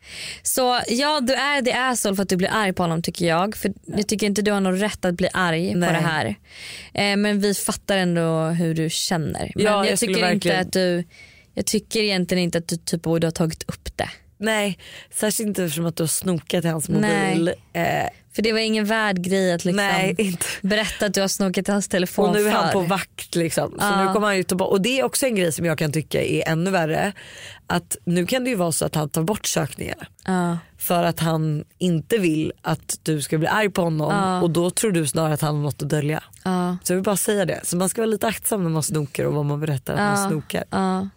Så ja, du är det asshole för att du blir arg på honom tycker jag. För jag tycker inte du har någon rätt att bli arg Nej. på det här. Eh, men vi fattar ändå hur du känner. Men ja, jag, jag tycker verkligen... inte att du, jag tycker egentligen inte att du typ borde ha tagit upp det. Nej, särskilt inte eftersom att du har snokat i hans mobil. Eh, för det var ingen värd grej att liksom Nej, inte. berätta att du har snokat i hans telefon. Och nu är för. han på vakt liksom. Så ja. nu kommer han ju ta bort. Och det är också en grej som jag kan tycka är ännu värre. Att nu kan det ju vara så att han tar bort sökningarna. Ja. För att han inte vill att du ska bli arg på honom. Ja. Och då tror du snarare att han har något att dölja. Ja. Så jag vill bara säga det. Så man ska vara lite aktsam när man snokar och vad man berättar att ja. man snokar. Ja.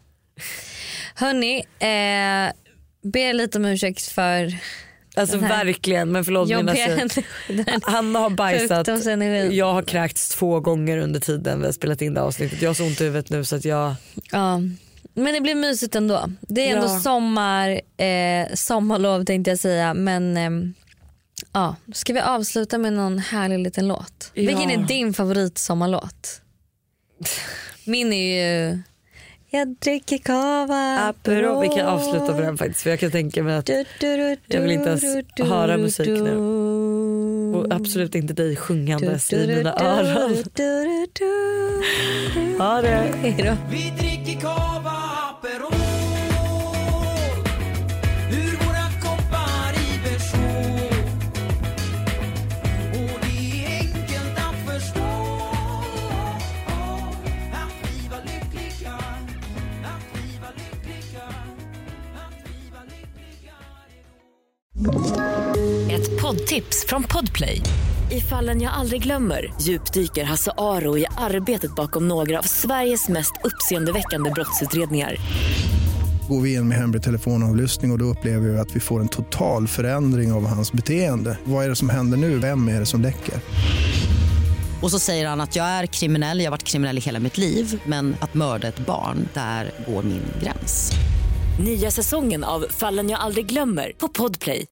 Hörni, eh, ber lite om ursäkt för Alltså verkligen, men förlåt mina alltså, Hanna har bajsat. Jag har kräkts två gånger under tiden vi har spelat in det avsnittet. Jag har så ont i huvudet nu så att jag... Ja, men det blir mysigt ändå. Det är ändå ja. sommar, eh, sommarlov tänkte jag säga. Men eh, ja, ska vi avsluta med någon härlig liten låt? Ja. Vilken är din favorit sommarlåt? Min är ju Jag dricker kava Aperol. Vi kan avsluta på den faktiskt, för jag kan tänka mig att jag vill inte ens höra musik nu. Och absolut inte dig sjungandes i mina öron. Ha det. Hejdå. Vi dricker kava Aperol ur våra koppar i version. Och det är enkelt att förstå att vi var lyckliga, att vi var lyckliga, att vi var lyckliga. Ett poddtips från Podplay. I Fallen jag aldrig glömmer djupdyker Hasse Aro i arbetet bakom några av Sveriges mest uppseendeväckande brottsutredningar. Går vi in med hemlig telefonavlyssning och, och då upplever vi att vi får en total förändring av hans beteende. Vad är det som händer nu? Vem är det som läcker? Och så säger han att jag är kriminell, jag har varit kriminell i hela mitt liv. Men att mörda ett barn, där går min gräns. Nya säsongen av Fallen jag aldrig glömmer på Podplay.